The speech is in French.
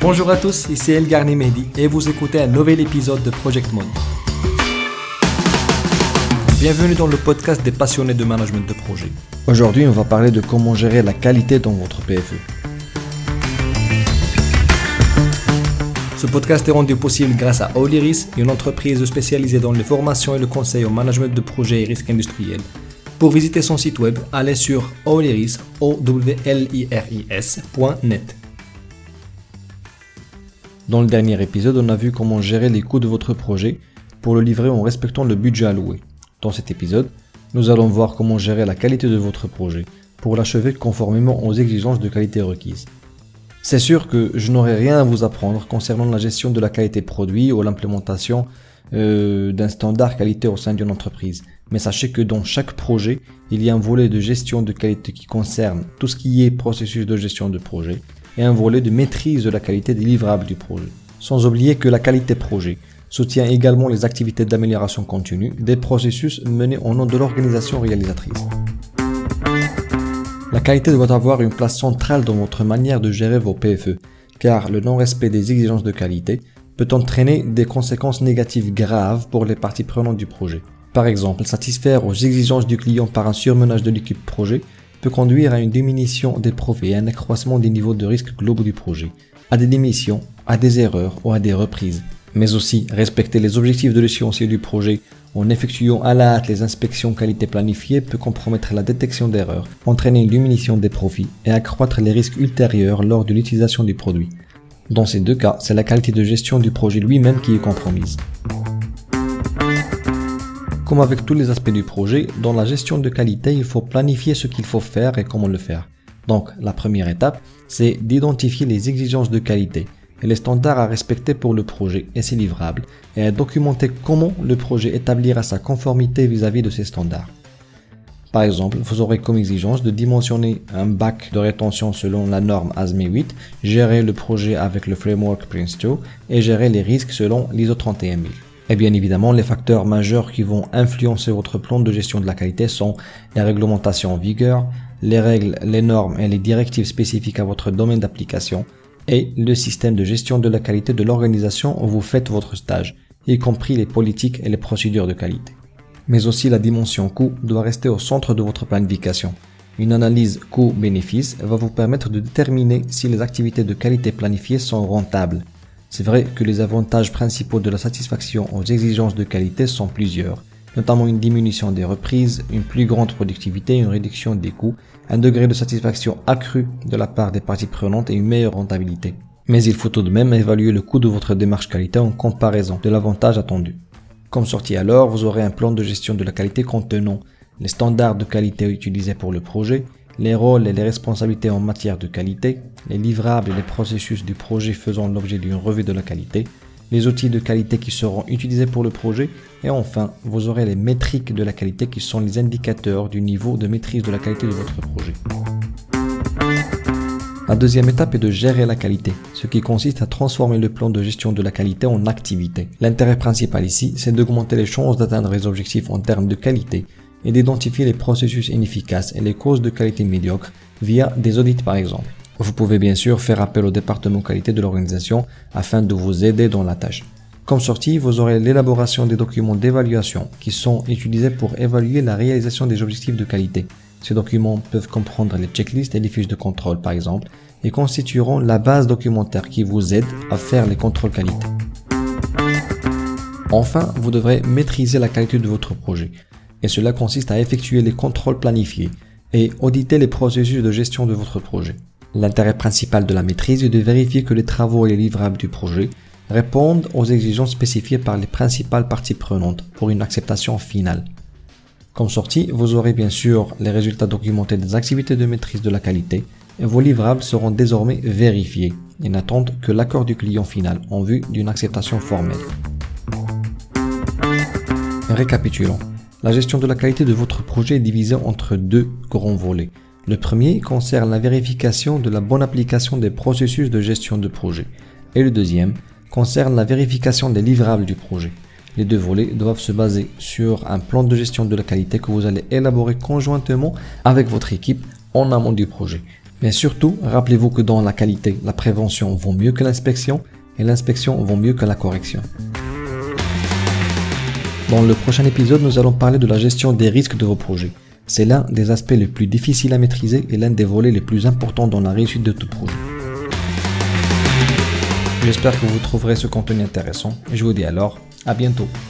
Bonjour à tous, ici El Garni Mehdi et vous écoutez un nouvel épisode de Project Mode. Bienvenue dans le podcast des passionnés de management de projet. Aujourd'hui, on va parler de comment gérer la qualité dans votre PFE. Ce podcast est rendu possible grâce à Oliris, une entreprise spécialisée dans les formations et le conseil au management de projets et risques industriels. Pour visiter son site web, allez sur oliris.net. Dans le dernier épisode, on a vu comment gérer les coûts de votre projet pour le livrer en respectant le budget alloué. Dans cet épisode, nous allons voir comment gérer la qualité de votre projet pour l'achever conformément aux exigences de qualité requises. C'est sûr que je n'aurai rien à vous apprendre concernant la gestion de la qualité produit ou l'implémentation d'un standard qualité au sein d'une entreprise. Mais sachez que dans chaque projet, il y a un volet de gestion de qualité qui concerne tout ce qui est processus de gestion de projet et un volet de maîtrise de la qualité des livrables du projet. Sans oublier que la qualité projet soutient également les activités d'amélioration continue des processus menés au nom de l'organisation réalisatrice. La qualité doit avoir une place centrale dans votre manière de gérer vos PFE, car le non-respect des exigences de qualité peut entraîner des conséquences négatives graves pour les parties prenantes du projet. Par exemple, satisfaire aux exigences du client par un surmenage de l'équipe projet peut conduire à une diminution des profits et à un accroissement des niveaux de risque globaux du projet, à des démissions, à des erreurs ou à des reprises. Mais aussi, respecter les objectifs de l'échéancier du projet en effectuant à la hâte les inspections qualité planifiées peut compromettre la détection d'erreurs, entraîner une diminution des profits et accroître les risques ultérieurs lors de l'utilisation du produit. Dans ces deux cas, c'est la qualité de gestion du projet lui-même qui est compromise. Comme avec tous les aspects du projet, dans la gestion de qualité, il faut planifier ce qu'il faut faire et comment le faire. Donc, la première étape, c'est d'identifier les exigences de qualité et les standards à respecter pour le projet et ses livrables, et à documenter comment le projet établira sa conformité vis-à-vis de ces standards. Par exemple, vous aurez comme exigence de dimensionner un bac de rétention selon la norme ASME 8, gérer le projet avec le framework Prince2 et gérer les risques selon l'ISO 31000. Et bien évidemment, les facteurs majeurs qui vont influencer votre plan de gestion de la qualité sont les réglementations en vigueur, les règles, les normes et les directives spécifiques à votre domaine d'application, et le système de gestion de la qualité de l'organisation où vous faites votre stage, y compris les politiques et les procédures de qualité. Mais aussi la dimension coût doit rester au centre de votre planification. Une analyse coût-bénéfice va vous permettre de déterminer si les activités de qualité planifiées sont rentables. C'est vrai que les avantages principaux de la satisfaction aux exigences de qualité sont plusieurs, notamment une diminution des reprises, une plus grande productivité, une réduction des coûts, un degré de satisfaction accru de la part des parties prenantes et une meilleure rentabilité. Mais il faut tout de même évaluer le coût de votre démarche qualité en comparaison de l'avantage attendu. Comme sortie alors, vous aurez un plan de gestion de la qualité contenant les standards de qualité utilisés pour le projet, les rôles et les responsabilités en matière de qualité, les livrables et les processus du projet faisant l'objet d'une revue de la qualité, les outils de qualité qui seront utilisés pour le projet, et enfin, vous aurez les métriques de la qualité qui sont les indicateurs du niveau de maîtrise de la qualité de votre projet. La deuxième étape est de gérer la qualité, ce qui consiste à transformer le plan de gestion de la qualité en activité. L'intérêt principal ici, c'est d'augmenter les chances d'atteindre les objectifs en termes de qualité et d'identifier les processus inefficaces et les causes de qualité médiocre via des audits par exemple. Vous pouvez bien sûr faire appel au département qualité de l'organisation afin de vous aider dans la tâche. Comme sortie, vous aurez l'élaboration des documents d'évaluation qui sont utilisés pour évaluer la réalisation des objectifs de qualité. Ces documents peuvent comprendre les checklists et les fiches de contrôle par exemple et constitueront la base documentaire qui vous aide à faire les contrôles qualité. Enfin, vous devrez maîtriser la qualité de votre projet et cela consiste à effectuer les contrôles planifiés et auditer les processus de gestion de votre projet. L'intérêt principal de la maîtrise est de vérifier que les travaux et les livrables du projet répondent aux exigences spécifiées par les principales parties prenantes pour une acceptation finale. Comme sortie, vous aurez bien sûr les résultats documentés des activités de maîtrise de la qualité et vos livrables seront désormais vérifiés et n'attendent que l'accord du client final en vue d'une acceptation formelle. Récapitulons. La gestion de la qualité de votre projet est divisée entre deux grands volets. Le premier concerne la vérification de la bonne application des processus de gestion de projet et le deuxième concerne la vérification des livrables du projet. Les deux volets doivent se baser sur un plan de gestion de la qualité que vous allez élaborer conjointement avec votre équipe en amont du projet. Mais surtout, rappelez-vous que dans la qualité, la prévention vaut mieux que l'inspection et l'inspection vaut mieux que la correction. Dans le prochain épisode, nous allons parler de la gestion des risques de vos projets. C'est l'un des aspects les plus difficiles à maîtriser et l'un des volets les plus importants dans la réussite de tout projet. J'espère que vous trouverez ce contenu intéressant et je vous dis alors à bientôt.